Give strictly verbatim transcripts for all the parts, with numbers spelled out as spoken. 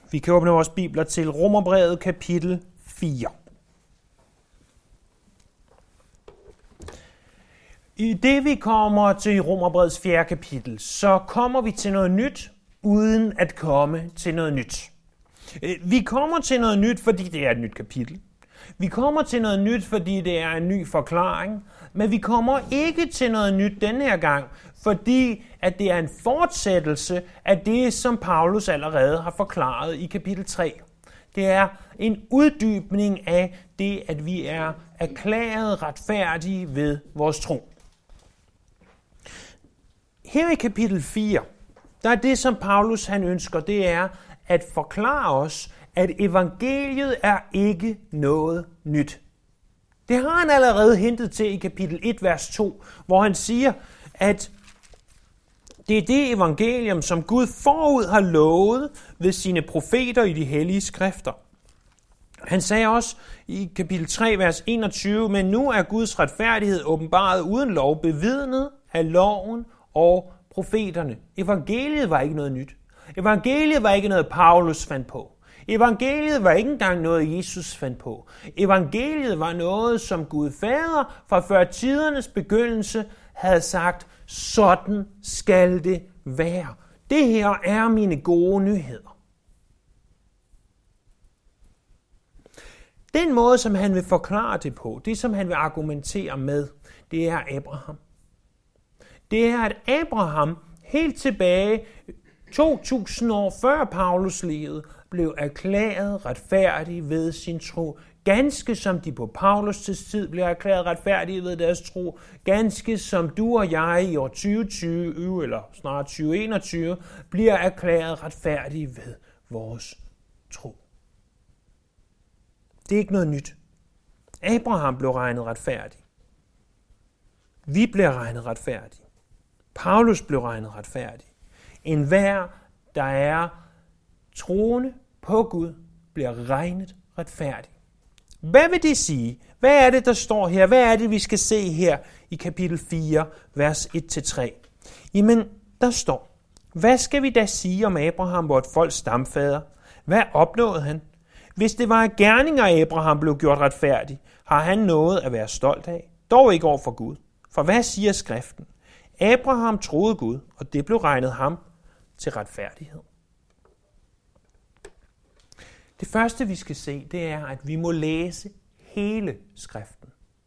Vi kan åbne vores bibler til Romerbrevet kapitel fire. I det vi kommer til Romerbrevets fjerde kapitel, så kommer vi til noget nyt, uden at komme til noget nyt. Vi kommer til noget nyt, fordi det er et nyt kapitel. Vi kommer til noget nyt, fordi det er en ny forklaring. Men vi kommer ikke til noget nyt denne her gang, fordi at det er en fortsættelse af det, som Paulus allerede har forklaret i kapitel tre. Det er en uddybning af det, at vi er erklæret retfærdige ved vores tro. Her i kapitel fire, der er det, som Paulus han ønsker, det er at forklare os, at evangeliet er ikke noget nyt. Det har han allerede hentet til i kapitel et, vers to, hvor han siger, at det er det evangelium, som Gud forud har lovet ved sine profeter i de hellige skrifter. Han sagde også i kapitel tre, vers enogtyve, men nu er Guds retfærdighed åbenbaret uden lov, bevidnet af loven og profeterne. Evangeliet var ikke noget nyt. Evangeliet var ikke noget, Paulus fandt på. Evangeliet var ikke engang noget, Jesus fandt på. Evangeliet var noget, som Gud Fader fra før tidernes begyndelse havde sagt, sådan skal det være. Det her er mine gode nyheder. Den måde, som han vil forklare det på, det som han vil argumentere med, det er Abraham. Det er, at Abraham helt tilbage to tusind år før Paulus levede, blev erklæret retfærdig ved sin tro. Ganske som de på Paulus' tid blev erklæret retfærdige ved deres tro. Ganske som du og jeg i år tyve tyve, eller snart tyve enogtyve, bliver erklæret retfærdige ved vores tro. Det er ikke noget nyt. Abraham blev regnet retfærdig. Vi bliver regnet retfærdige. Paulus blev regnet retfærdig. En hver, der er troende på Gud, bliver regnet retfærdig. Hvad vil det sige? Hvad er det, der står her? Hvad er det, vi skal se her i kapitel fire, vers et til tre? Jamen, der står, hvad skal vi da sige om Abraham, vort folks stamfader? Hvad opnåede han? Hvis det var gerninger, Abraham blev gjort retfærdig, har han noget at være stolt af, dog ikke over for Gud. For hvad siger skriften? Abraham troede Gud, og det blev regnet ham til retfærdighed. Det første, vi skal se, det er, at vi må læse hele skriften.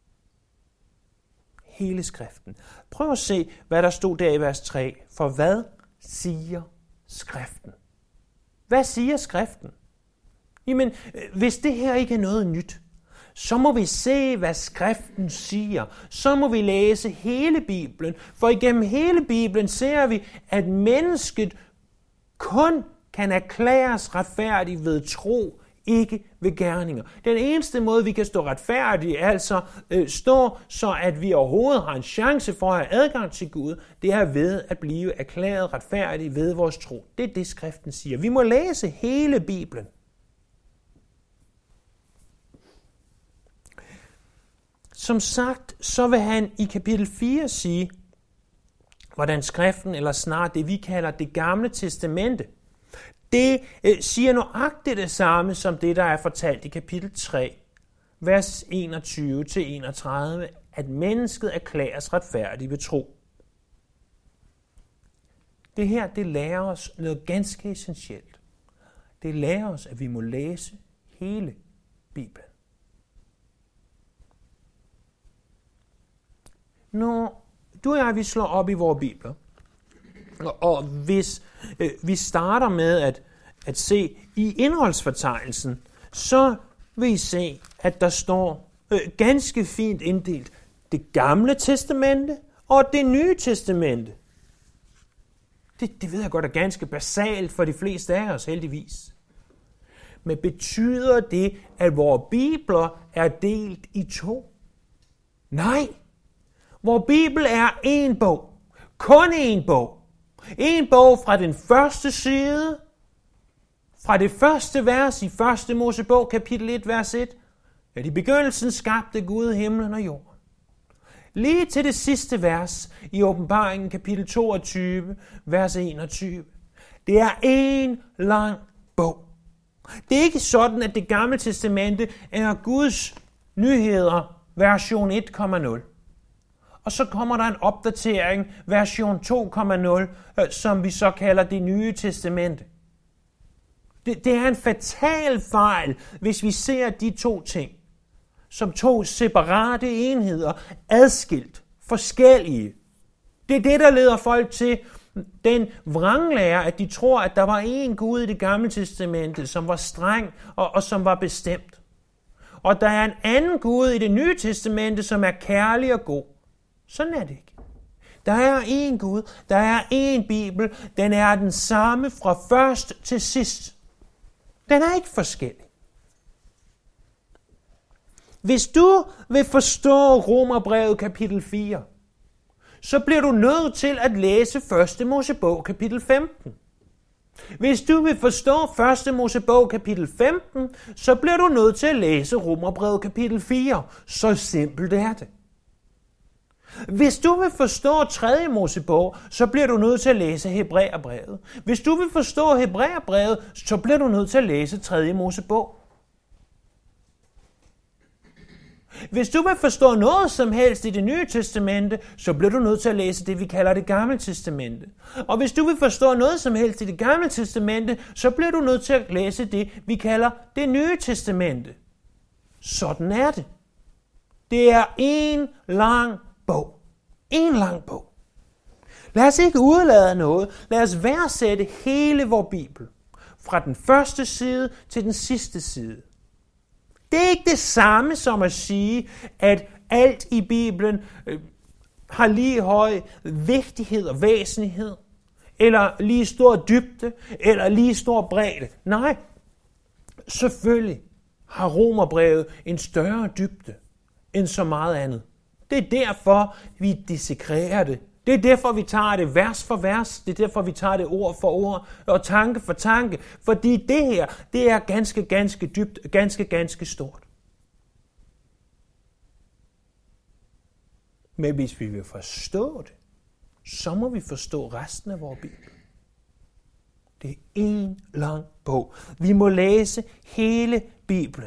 Hele skriften. Prøv at se, hvad der stod der i vers tre. For hvad siger skriften? Hvad siger skriften? Jamen, hvis det her ikke er noget nyt, så må vi se, hvad skriften siger. Så må vi læse hele Bibelen. For igennem hele Bibelen ser vi, at mennesket kun kan erklæres retfærdig ved tro, ikke ved gerninger. Den eneste måde, vi kan stå retfærdige, altså øh, stå, så at vi overhovedet har en chance for at have adgang til Gud, det er ved at blive erklæret retfærdige ved vores tro. Det er det, skriften siger. Vi må læse hele Bibelen. Som sagt, så vil han i kapitel fire sige, hvordan skriften, eller snart det vi kalder det gamle testamente, det øh, siger nøjagtigt det samme som det, der er fortalt i kapitel tre, vers enogtyve til enogtredive, at mennesket erklæres retfærdigt ved tro. Det her, det lærer os noget ganske essentielt. Det lærer os, at vi må læse hele Bibelen. Når du og jeg, vi slår op i vores bibler, og, og hvis øh, vi starter med at, at se i indholdsfortegnelsen, så vil I se, at der står øh, ganske fint inddelt det gamle testamente og det nye testamente. Det, det ved jeg godt er ganske basalt for de fleste af os, heldigvis. Men betyder det, at vores bibler er delt i to? Nej. Vor Bibel er én bog. Kun én bog. En bog fra den første side, fra det første vers i første Mosebog, kapitel et, vers et. At i begyndelsen skabte Gud himlen og jorden. Lige til det sidste vers i Åbenbaringen, kapitel toogtyve, vers enogtyve. Det er en lang bog. Det er ikke sådan, at det gamle testamente er Guds nyheder version et komma nul. Og så kommer der en opdatering, version to komma nul, som vi så kalder det nye testamente. Det, det er en fatal fejl, hvis vi ser de to ting som to separate enheder, adskilt, forskellige. Det er det, der leder folk til den vranglære, at de tror, at der var én Gud i det gamle testamente, som var streng og, og som var bestemt. Og der er en anden Gud i det nye testamente, som er kærlig og god. Sådan er det ikke. Der er én Gud, der er én Bibel, den er den samme fra først til sidst. Den er ikke forskellig. Hvis du vil forstå Romerbrevet kapitel fire, så bliver du nødt til at læse første Mosebog kapitel femten. Hvis du vil forstå første Mosebog kapitel femten, så bliver du nødt til at læse Romerbrevet kapitel fire. Så simpelt er det. Hvis du vil forstå tredje Mosebog, så bliver du nødt til at læse Hebræerbrevet. Hvis du vil forstå Hebræerbrevet, så bliver du nødt til at læse tredje Mosebog. Hvis du vil forstå noget som helst i det nye testamente, så bliver du nødt til at læse det, vi kalder det gamle testamente. Og hvis du vil forstå noget som helst i det gamle testamente, så bliver du nødt til at læse det, vi kalder det nye testamente. Sådan er det. Det er en lang bog. En lang bog. Lad os ikke udelade noget. Lad os værdsætte hele vor Bibel. Fra den første side til den sidste side. Det er ikke det samme som at sige, at alt i Bibelen øh, har lige høj vigtighed og væsentlighed, eller lige stor dybde, eller lige stor bredde. Nej, selvfølgelig har Romerbrevet en større dybde end så meget andet. Det er derfor, vi dissekrerer det. Det er derfor, vi tager det vers for vers. Det er derfor, vi tager det ord for ord og tanke for tanke. Fordi det her, det er ganske, ganske dybt, ganske, ganske stort. Men hvis vi vil forstå det, så må vi forstå resten af vores Bibel. Det er en lang bog. Vi må læse hele Bibelen.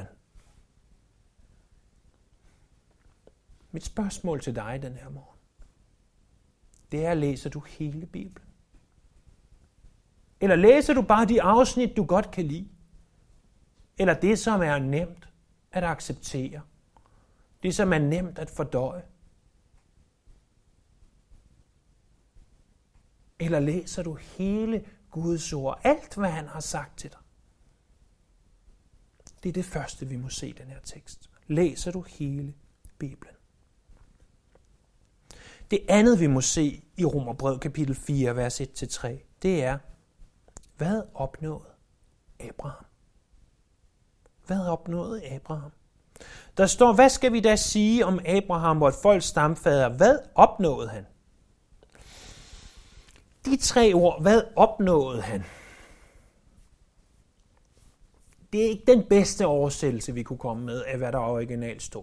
Mit spørgsmål til dig den her morgen, det er, læser du hele Bibelen? Eller læser du bare de afsnit, du godt kan lide? Eller det, som er nemt at acceptere? Det, som er nemt at fordøje? Eller læser du hele Guds ord? Alt, hvad han har sagt til dig? Det er det første, vi må se i den her tekst. Læser du hele Bibelen? Det andet, vi må se i Romerbrevet kapitel fire, vers et til tre, det er, hvad opnåede Abraham? Hvad opnåede Abraham? Der står, hvad skal vi da sige om Abraham og et folks stamfader? Hvad opnåede han? De tre ord, hvad opnåede han? Det er ikke den bedste oversættelse, vi kunne komme med, af hvad der originalt stod.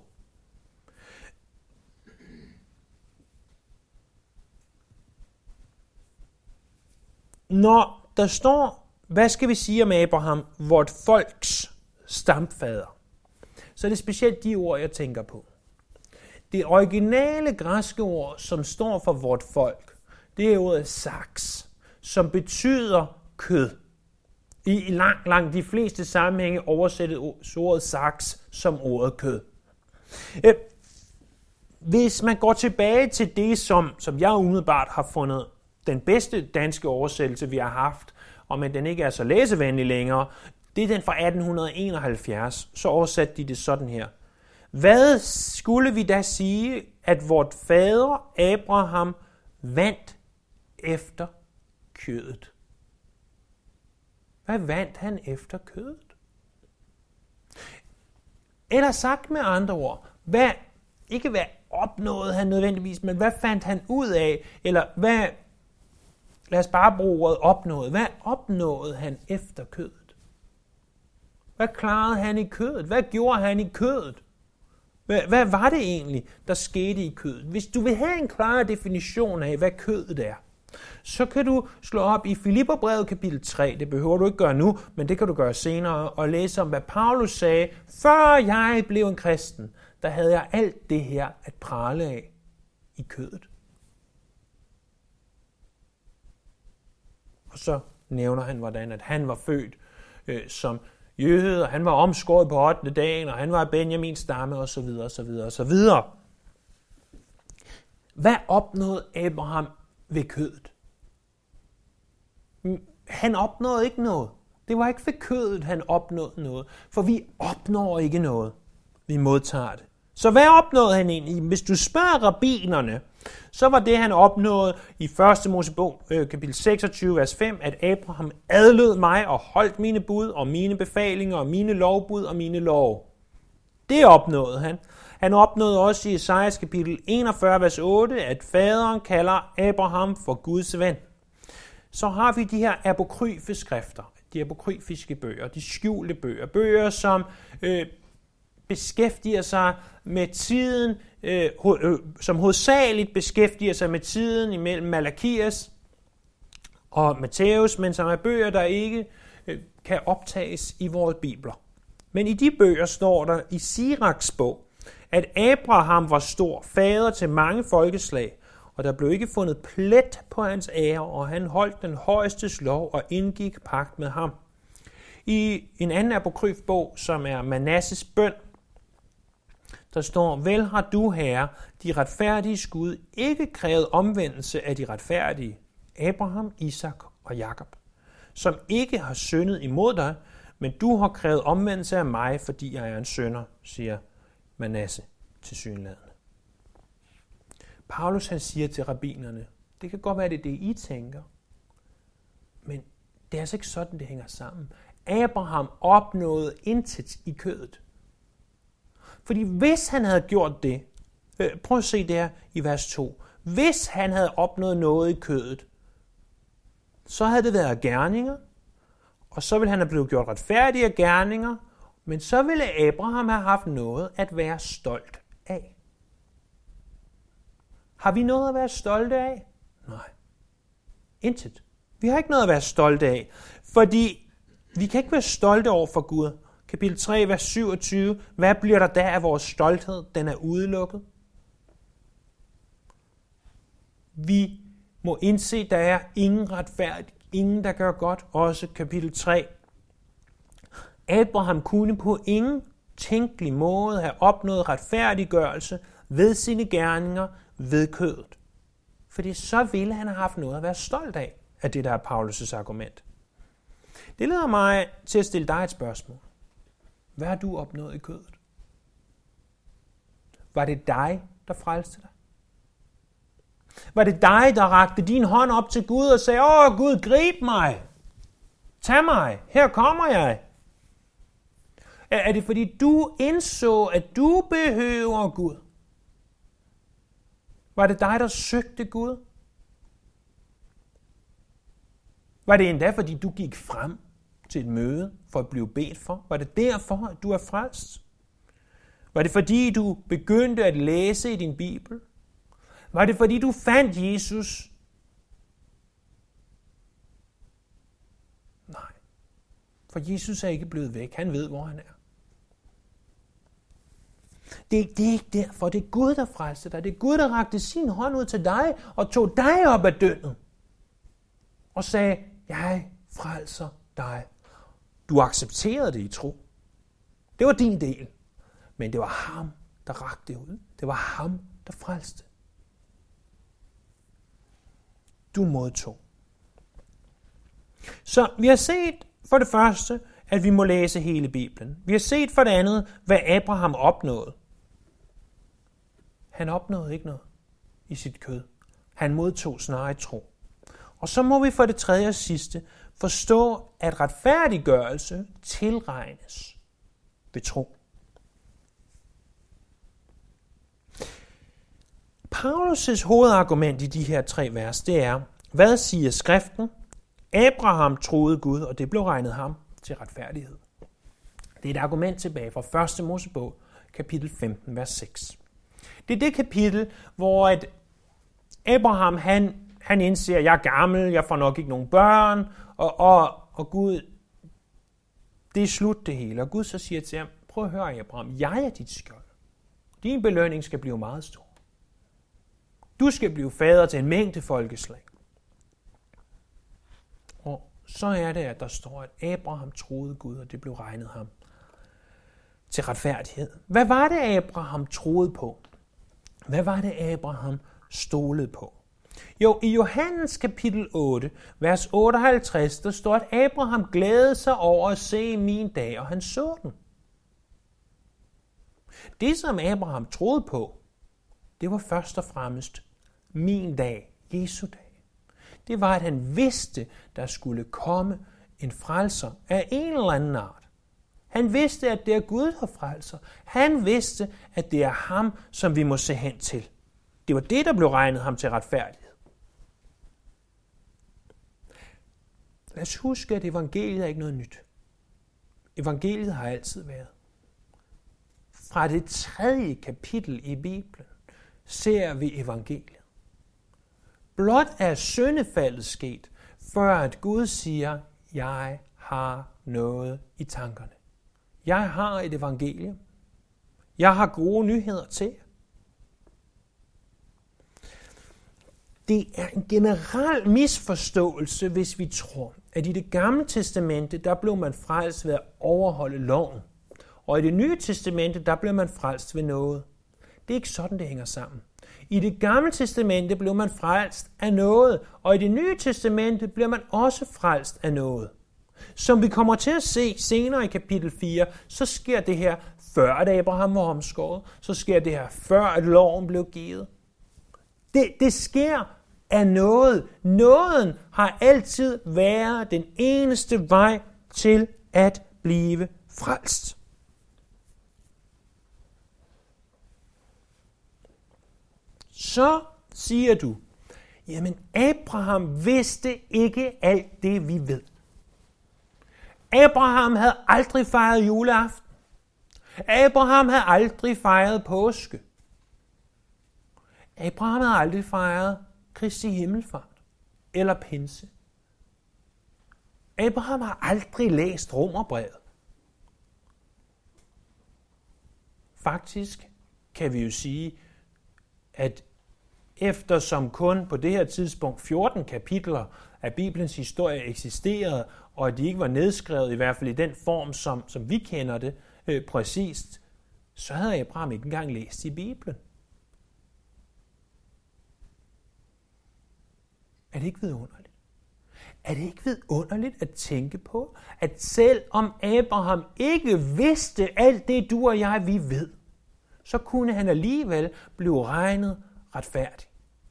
Når der står, hvad skal vi sige om Abraham, vort folks stamfader, så er det specielt de ord, jeg tænker på. Det originale græske ord, som står for vort folk, det er ordet sarx, som betyder kød. I langt, langt de fleste sammenhænge oversættes ordet sarx som ordet kød. Hvis man går tilbage til det, som, som jeg umiddelbart har fundet den bedste danske oversættelse, vi har haft, og men den ikke er så læsevenlig længere, det er den fra atten enoghalvfjerds. Så oversatte de det sådan her. Hvad skulle vi da sige, at vort fader Abraham vandt efter kødet? Hvad vandt han efter kødet? Eller sagt med andre ord, hvad, ikke hvad opnåede han nødvendigvis, men hvad fandt han ud af, eller hvad, lad os bare bruge ordet opnåede, hvad opnåede han efter kødet? Hvad klarede han i kødet? Hvad gjorde han i kødet? Hvad, hvad var det egentlig, der skete i kødet? Hvis du vil have en klar definition af, hvad kødet er, så kan du slå op i Filipperbrevet kapitel tre. Det behøver du ikke gøre nu, men det kan du gøre senere, og læse om, hvad Paulus sagde. Før jeg blev en kristen, der havde jeg alt det her at prale af i kødet. Og så nævner han, hvordan at han var født øh, som jøde, og han var omskåret på ottende dagen, og han var af Benjamins stamme, osv., osv., osv. Hvad opnåede Abraham ved kødet? Han opnåede ikke noget. Det var ikke ved kødet, han opnåede noget. For vi opnår ikke noget. Vi modtager det. Så hvad opnåede han egentlig? Hvis du spørger rabbinerne, så var det, han opnåede i første Mosebog, kapitel seksogtyve, vers fem, at Abraham adlød mig og holdt mine bud og mine befalinger og mine lovbud og mine lov. Det opnåede han. Han opnåede også i Esajas kapitel enogfyrre, vers otte, at faderen kalder Abraham for Guds ven. Så har vi de her apokryfe skrifter, de apokryfiske bøger, de skjulte bøger, bøger som øh, beskæftiger sig med tiden, øh, ho- øh, som hovedsageligt beskæftiger sig med tiden imellem Malakias og Matthæus, men som er bøger, der ikke øh, kan optages i vores bibler. Men i de bøger står der i Siraks bog, at Abraham var stor fader til mange folkeslag, og der blev ikke fundet plet på hans ære, og han holdt den højestes lov og indgik pagt med ham. I en anden apokryf bog, som er Manasses bøn, der står, vel har du, Herre, de retfærdige Gud, ikke krævet omvendelse af de retfærdige, Abraham, Isak og Jakob, som ikke har syndet imod dig, men du har krævet omvendelse af mig, fordi jeg er en synder, siger Manasse tilsyneladende. Paulus han siger til rabbinerne, det kan godt være, det er det, I tænker, men det er altså ikke sådan, det hænger sammen. Abraham opnåede intet i kødet. Fordi hvis han havde gjort det, øh, prøv at se der i vers to, hvis han havde opnået noget i kødet, så havde det været gerninger, og så ville han have blevet gjort retfærdige af gerninger, men så ville Abraham have haft noget at være stolt af. Har vi noget at være stolte af? Nej. Intet. Vi har ikke noget at være stolte af, fordi vi kan ikke være stolte over for Gud. Kapitel tre, vers syvogtyve. Hvad bliver der der af vores stolthed? Den er udelukket. Vi må indse, at der er ingen retfærdig, ingen der gør godt. Også kapitel tre. Abraham kunne på ingen tænkelig måde have opnået retfærdiggørelse ved sine gerninger ved kødet. Fordi så ville han have haft noget at være stolt af, af det der er Paulus' argument. Det leder mig til at stille dig et spørgsmål. Hvad har du opnået i kødet? Var det dig, der frelste dig? Var det dig, der rakte din hånd op til Gud og sagde, åh Gud, grib mig, tag mig, her kommer jeg? Er det fordi du indså, at du behøver Gud? Var det dig, der søgte Gud? Var det endda, fordi du gik frem til et møde for at blive bedt for? Var det derfor, at du er frelst? Var det fordi, du begyndte at læse i din Bibel? Var det fordi, du fandt Jesus? Nej, for Jesus er ikke blevet væk. Han ved, hvor han er. Det, det er ikke derfor. Det er Gud, der frelste dig. Det er Gud, der rakte sin hånd ud til dig og tog dig op af døden og sagde, jeg frelser dig. Du accepterede det i tro. Det var din del. Men det var ham, der rakte ud. Det var ham, der frelste. Du modtog. Så vi har set for det første, at vi må læse hele Bibelen. Vi har set for det andet, hvad Abraham opnåede. Han opnåede ikke noget i sit kød. Han modtog snarere i tro. Og så må vi for det tredje og sidste forstå, at retfærdiggørelse tilregnes ved tro. Paulus' hovedargument i de her tre vers, det er, hvad siger skriften? Abraham troede Gud, og det blev regnet ham til retfærdighed. Det er et argument tilbage fra første Mosebog, kapitel femten, vers seks. Det er det kapitel, hvor at Abraham han han indser, at jeg er gammel, jeg får nok ikke nogen børn, og, og, og Gud, det er slut det hele. Og Gud så siger til ham, prøv at høre Abraham, jeg er dit skjold. Din belønning skal blive meget stor. Du skal blive fader til en mængde folkeslag. Og så er det, at der står, at Abraham troede Gud, og det blev regnet ham til retfærdighed. Hvad var det, Abraham troede på? Hvad var det, Abraham stolede på? Jo, i Johannes kapitel otte, vers otteoghalvtreds, der står, at Abraham glædede sig over at se min dag, og han så den. Det, som Abraham troede på, det var først og fremmest min dag, Jesu dag. Det var, at han vidste, der skulle komme en frelser af en eller anden art. Han vidste, at det er Gud, der frelser. Han vidste, at det er ham, som vi må se hen til. Det var det, der blev regnet ham til retfærdighed. Lad os huske, at evangeliet er ikke noget nyt. Evangeliet har altid været. Fra det tredje kapitel i Bibelen ser vi evangeliet. Blot er syndefaldet sket, før at Gud siger, jeg har noget i tankerne. Jeg har et evangelium. Jeg har gode nyheder til jer. Det er en generel misforståelse, hvis vi tror, at i det gamle testamente, der blev man frelst ved at overholde loven. Og i det nye testamente, der blev man frelst ved noget. Det er ikke sådan, det hænger sammen. I det gamle testamente blev man frelst af noget, og i det nye testamente bliver man også frelst af noget. Som vi kommer til at se senere i kapitel fire, så sker det her før, at Abraham var omskåret. Så sker det her før, at loven blev givet. Det, det sker af noget. Nåden har altid været den eneste vej til at blive frelst. Så siger du, jamen Abraham vidste ikke alt det, vi ved. Abraham havde aldrig fejret juleaften. Abraham havde aldrig fejret påske. Abraham havde aldrig fejret Kristi himmelfart eller pinse. Abraham har aldrig læst Romerbrevet. Faktisk kan vi jo sige, at eftersom kun på det her tidspunkt fjorten kapitler af Bibelens historie eksisterede, og at de ikke var nedskrevet, i hvert fald i den form, som, som vi kender det øh, præcist, så havde Abraham ikke engang læst i Bibelen. Er det ikke vidunderligt? Er det ikke vidunderligt at tænke på, at selv om Abraham ikke vidste alt det, du og jeg, vi ved, så kunne han alligevel blive regnet retfærdig.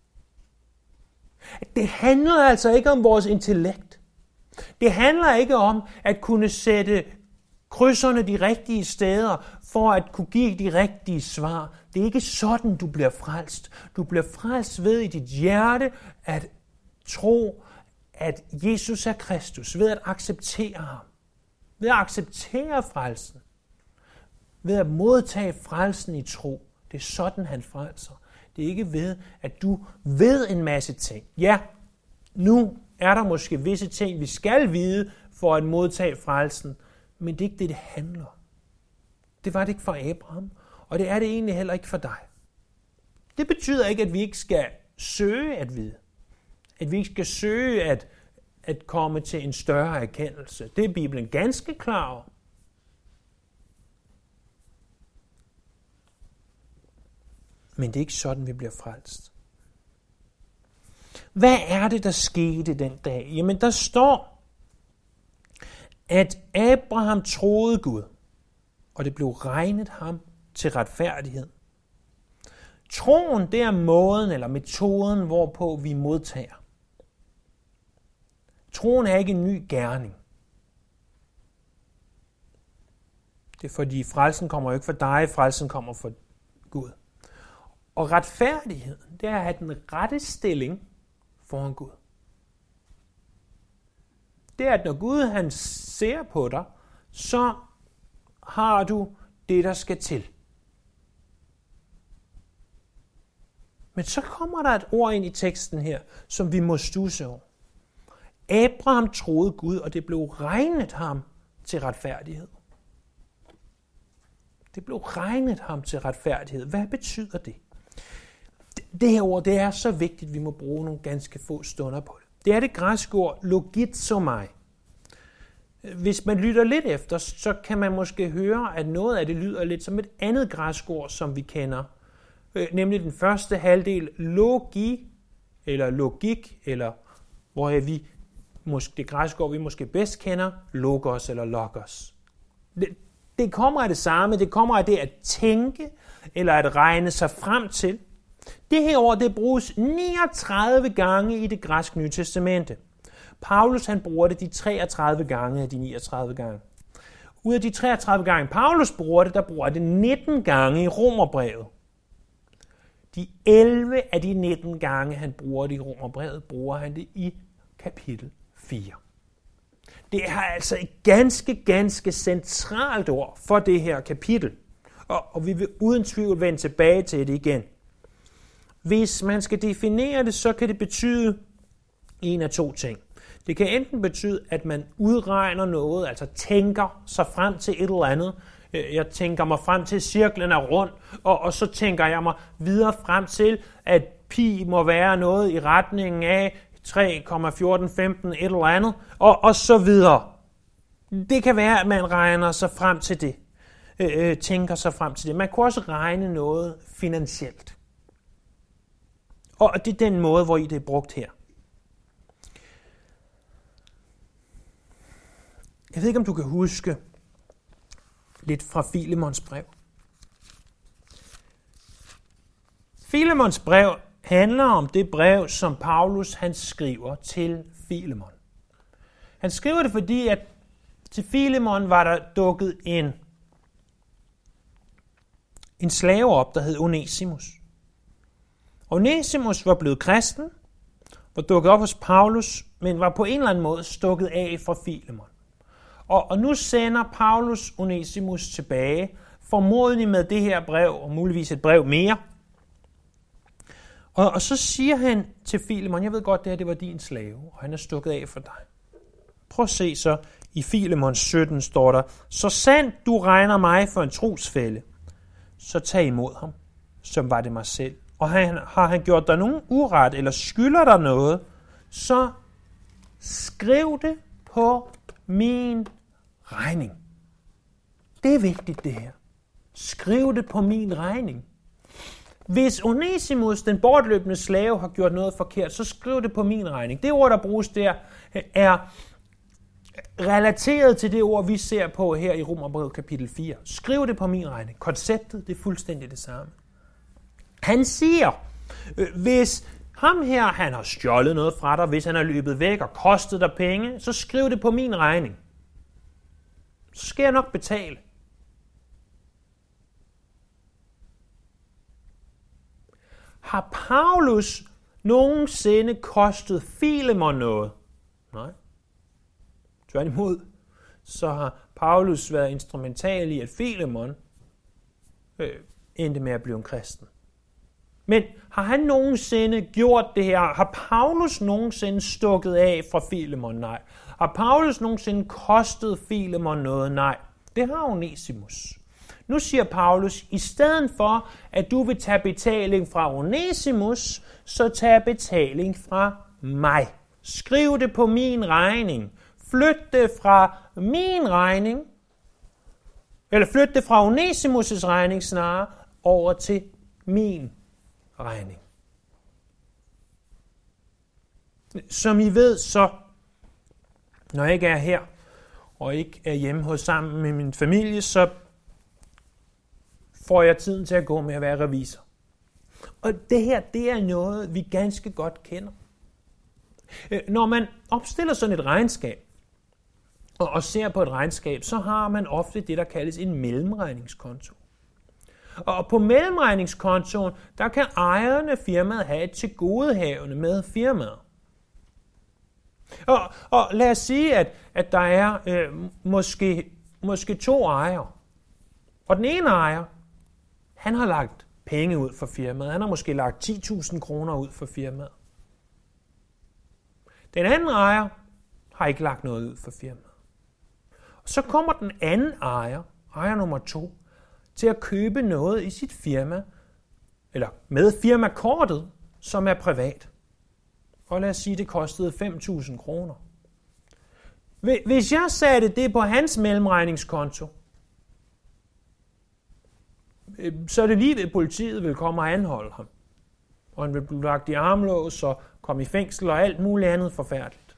Det handler altså ikke om vores intellekt. Det handler ikke om at kunne sætte krydserne de rigtige steder, for at kunne give de rigtige svar. Det er ikke sådan, du bliver frelst. Du bliver frelst ved i dit hjerte at tro, at Jesus er Kristus, ved at acceptere ham. Ved at acceptere frelsen. Ved at modtage frelsen i tro. Det er sådan, han frelser. Det er ikke ved, at du ved en masse ting. Ja, nu er der måske visse ting, vi skal vide for at modtage frelsen, men det er ikke det, det handler. Det var det ikke for Abraham, og det er det egentlig heller ikke for dig. Det betyder ikke, at vi ikke skal søge at vide. At vi ikke skal søge at, at komme til en større erkendelse. Det er Bibelen ganske klar over. Men det er ikke sådan, vi bliver frelst. Hvad er det, der skete den dag? Jamen, der står, at Abraham troede Gud, og det blev regnet ham til retfærdighed. Troen, det er måden eller metoden, hvorpå vi modtager. Troen er ikke en ny gerning. Det er fordi, frelsen kommer jo ikke fra dig, frelsen kommer fra Gud. Og retfærdigheden, det er at have den rette stilling foran Gud. Det er, at når Gud han ser på dig, så har du det, der skal til. Men så kommer der et ord ind i teksten her, som vi må studse over. Abraham troede Gud, og det blev regnet ham til retfærdighed. Det blev regnet ham til retfærdighed. Hvad betyder det? Det her ord, det er så vigtigt, at vi må bruge nogle ganske få stunder på det. Det er det græske ord logizomai. Hvis man lytter lidt efter, så kan man måske høre, at noget af det lyder lidt som et andet græsk ord, som vi kender. Nemlig den første halvdel logi, eller logik, eller hvor vi, måske, det græske ord, vi måske bedst kender, logos eller logos. Det, det kommer af det samme, det kommer af det at tænke, eller at regne sig frem til. Det her ord, det bruges niogtredive gange i det græske Nye Testamente. Paulus, han bruger det de treogtredive gange af de niogtredive gange. Ud af de treogtredive gange, Paulus bruger det, der bruger det nitten gange i Romerbrevet. De elleve af de nitten gange, han bruger det i Romerbrevet, bruger han det i kapitel fire. Det er altså et ganske, ganske centralt ord for det her kapitel. Og, og vi vil uden tvivl vende tilbage til det igen. Hvis man skal definere det, så kan det betyde en af to ting. Det kan enten betyde, at man udregner noget, altså tænker sig frem til et eller andet. Jeg tænker mig frem til, at cirklen er rund, og, og så tænker jeg mig videre frem til, at pi må være noget i retningen af tre komma fjorten femten et eller andet, og, og så videre. Det kan være, at man regner sig frem til det, øh, tænker sig frem til det. Man kan også regne noget finansielt. Og det er den måde, hvor I det er brugt her. Jeg ved ikke, om du kan huske lidt fra Filemons brev. Filemons brev handler om det brev, som Paulus han skriver til Filemon. Han skriver det, fordi at til Filemon var der dukket en, en slave op, der hed Onesimus. Onesimus var blevet kristen, var dukket op hos Paulus, men var på en eller anden måde stukket af fra Filemon. Og, og nu sender Paulus Onesimus tilbage, formodentlig med det her brev, og muligvis et brev mere. Og, og så siger han til Filemon, jeg ved godt, det her det var din slave, og han er stukket af for dig. Prøv at se så, i Filemons sytten står der, så sandt du regner mig for en trosfælle, så tag imod ham, som var det mig selv. Og han, har han gjort dig nogen uret, eller skylder dig noget, så skriv det på min regning. Det er vigtigt, det her. Skriv det på min regning. Hvis Onesimus, den bortløbende slave, har gjort noget forkert, så skriv det på min regning. Det ord, der bruges der, er relateret til det ord, vi ser på her i Romerbrevet kapitel fire. Skriv det på min regning. Konceptet, det er fuldstændig det samme. Han siger, hvis ham her, han har stjålet noget fra dig, hvis han har løbet væk og kostet dig penge, så skriv det på min regning. Så skal jeg nok betale. Har Paulus nogensinde kostet Filemon noget? Nej. Tværtimod, så har Paulus været instrumental i, at Filemon øh, endte med at blive en kristen. Men har han nogensinde gjort det her? Har Paulus nogensinde stukket af fra Filemon? Nej. Har Paulus nogensinde kostet Filemon noget? Nej. Det har Onesimus. Nu siger Paulus, i stedet for, at du vil tage betaling fra Onesimus, så tag betaling fra mig. Skriv det på min regning. Flyt det fra min regning, eller flyt det fra Onesimus' regning snarere, over til min regning. Som I ved, så når jeg ikke er her, og ikke er hjemme hos sammen med min familie, så får jeg tiden til at gå med at være revisor. Og det her, det er noget, vi ganske godt kender. Når man opstiller sådan et regnskab, og ser på et regnskab, så har man ofte det, der kaldes en mellemregningskonto. Og på mellemregningskontoen, der kan ejerne af firmaet have et tilgodehavende med firmaet. Og, og lad os sige, at, at der er øh, måske, måske to ejere. Og den ene ejer, han har lagt penge ud for firmaet. Han har måske lagt ti tusind kroner ud for firmaet. Den anden ejer har ikke lagt noget ud for firmaet. Og så kommer den anden ejer, ejer nummer to, til at købe noget i sit firma, eller med firmakortet, som er privat. Og lad os sige, det kostede fem tusind kroner. Hvis jeg satte det på hans mellemregningskonto, så er det lige ved, at politiet vil komme og anholde ham. Og han vil blive lagt i armlås og komme i fængsel og alt muligt andet forfærdeligt.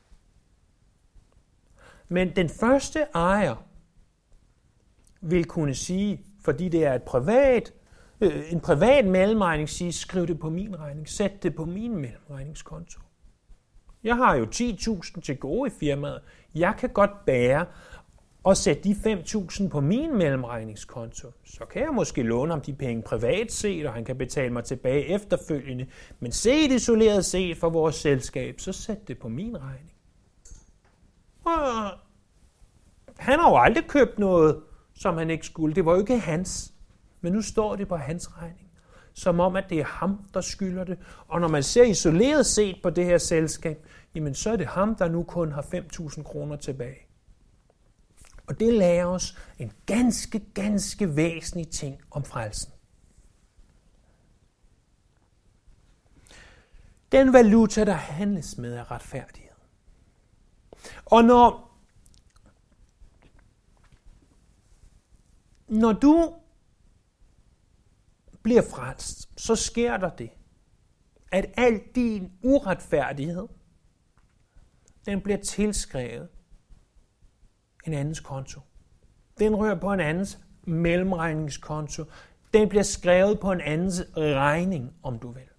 Men den første ejer vil kunne sige, fordi det er et privat, øh, en privat mellemregning, sige, skriv det på min regning, sæt det på min mellemregningskonto. Jeg har jo ti tusind til gode i firmaet. Jeg kan godt bære og sætte de fem tusind på min mellemregningskonto. Så kan jeg måske låne ham de penge privat set, og han kan betale mig tilbage efterfølgende. Men set isoleret set for vores selskab, så sæt det på min regning. Og han har jo aldrig købt noget, som han ikke skulle. Det var jo ikke hans. Men nu står det på hans regning. Som om, at det er ham, der skylder det. Og når man ser isoleret set på det her selskab, jamen så er det ham, der nu kun har fem tusind kroner tilbage. Og det lærer os en ganske, ganske væsentlig ting om frelsen. Den valuta, der handles med, er retfærdighed. Og når, når du bliver frelst, så sker der det, at al din uretfærdighed, den bliver tilskrevet en andens konto. Den rører på en andens mellemregningskonto. Den bliver skrevet på en andens regning, om du vil.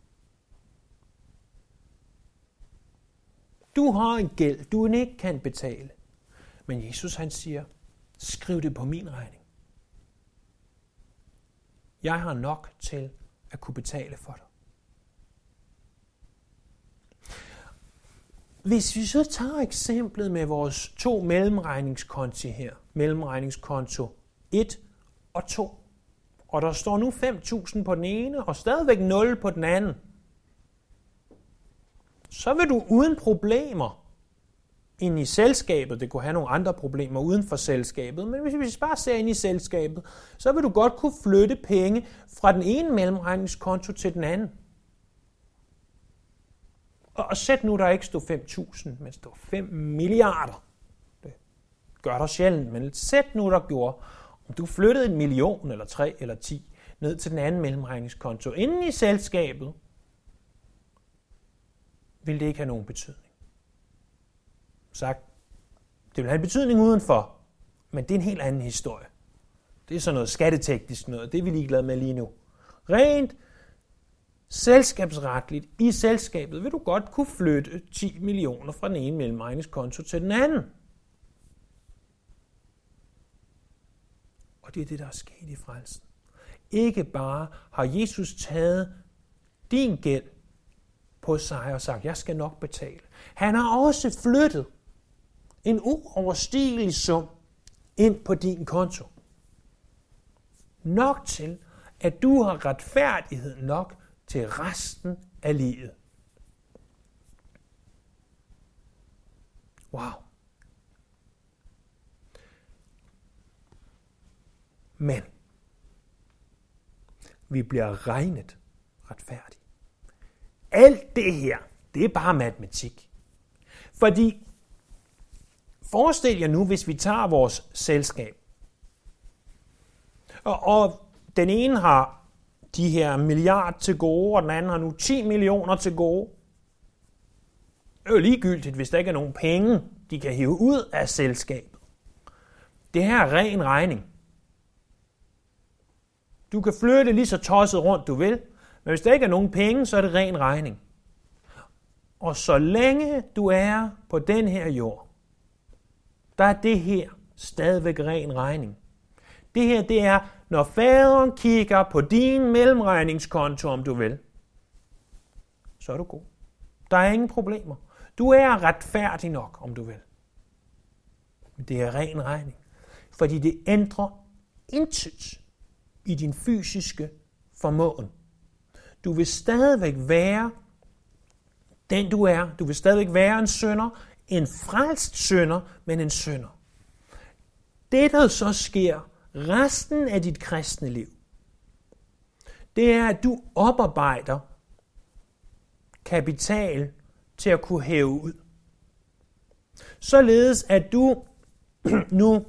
Du har en gæld, du ikke kan betale. Men Jesus han siger, skriv det på min regning. Jeg har nok til at kunne betale for dig. Hvis vi så tager eksemplet med vores to mellemregningskonti her, mellemregningskonto et og to, og der står nu fem tusind på den ene, og stadigvæk nul på den anden, så vil du uden problemer ind i selskabet, det kunne have nogle andre problemer uden for selskabet, men hvis vi bare ser ind i selskabet, så vil du godt kunne flytte penge fra den ene mellemregningskonto til den anden. Og sæt nu, der ikke stod fem tusind, men stod fem milliarder. Det gør der sjældent, men sæt nu, der gjorde, om du flyttede en million, eller tre, eller ti, ned til den anden mellemregningskonto. Inden i selskabet, vil det ikke have nogen betydning. Sagt, det vil have en betydning udenfor, men det er en helt anden historie. Det er sådan noget skatteteknisk noget, det er vi ligeglade med lige nu. Rent selskabsretligt i selskabet vil du godt kunne flytte ti millioner fra den ene mellemregningskonto til den anden. Og det er det, der er sket i frelsen. Ikke bare har Jesus taget din gæld på sig og sagt, jeg skal nok betale. Han har også flyttet en uoverstigelig sum ind på din konto. Nok til, at du har retfærdighed nok til resten af livet. Wow. Men vi bliver regnet retfærdige. Alt det her, det er bare matematik. Fordi, forestil jer nu, hvis vi tager vores selskab, og, og den ene har de her milliard til gode, og den anden har nu ti millioner til gode. Det er jo ligegyldigt, hvis der ikke er nogen penge, de kan hive ud af selskabet. Det her er ren regning. Du kan flytte lige så tosset rundt, du vil, men hvis der ikke er nogen penge, så er det ren regning. Og så længe du er på den her jord, der er det her stadigvæk ren regning. Det her, det er, når faderen kigger på din mellemregningskonto, om du vil, så er du god. Der er ingen problemer. Du er retfærdig nok, om du vil. Men det er ren regning. Fordi det ændrer intet i din fysiske formåen. Du vil stadigvæk være den du er. Du vil stadigvæk være en synder, en frelst synder, men en synder. Det, der så sker resten af dit kristne liv, det er, at du oparbejder kapital til at kunne hæve ud. Således at du nu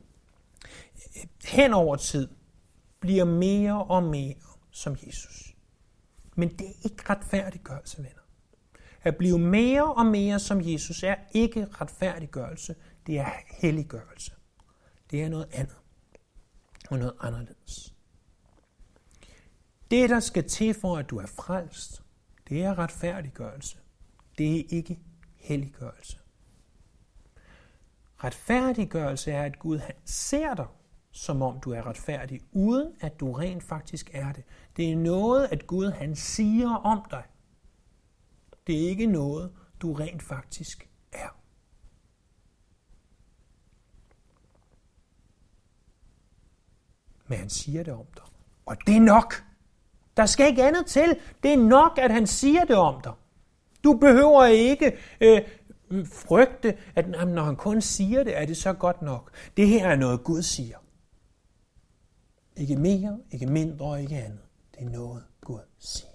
hen over tid bliver mere og mere som Jesus. Men det er ikke retfærdiggørelse, venner. At blive mere og mere som Jesus er ikke retfærdiggørelse, det er helliggørelse. Det er noget andet og noget anderledes. Det, der skal til for, at du er frelst, det er retfærdiggørelse. Det er ikke helliggørelse. Retfærdiggørelse er, at Gud han ser dig, som om du er retfærdig, uden at du rent faktisk er det. Det er noget, at Gud han siger om dig. Det er ikke noget, du rent faktisk er. Men han siger det om dig. Og det er nok. Der skal ikke andet til. Det er nok, at han siger det om dig. Du behøver ikke øh, frygte, at når han kun siger det, er det så godt nok. Det her er noget, Gud siger. Ikke mere, ikke mindre og ikke andet. Det er noget, Gud siger.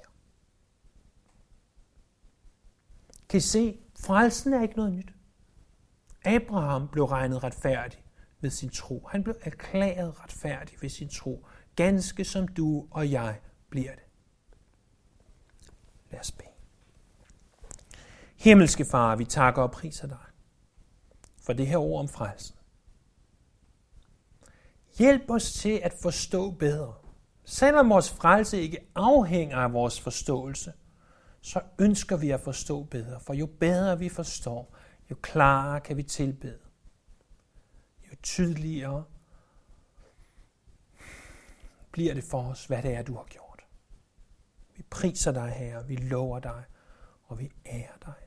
Kan I se, frelsen er ikke noget nyt. Abraham blev regnet retfærdig ved sin tro. Han blev erklæret retfærdig ved sin tro. Ganske som du og jeg bliver det. Lad os bede. Himmelske Far, vi takker og priser dig for det her ord om frelsen. Hjælp os til at forstå bedre. Selvom vores frelse ikke afhænger af vores forståelse, så ønsker vi at forstå bedre. For jo bedre vi forstår, jo klarere kan vi tilbede. Jo tydeligere bliver det for os, hvad det er, du har gjort. Vi priser dig, Herre, vi lover dig, og vi ærer dig.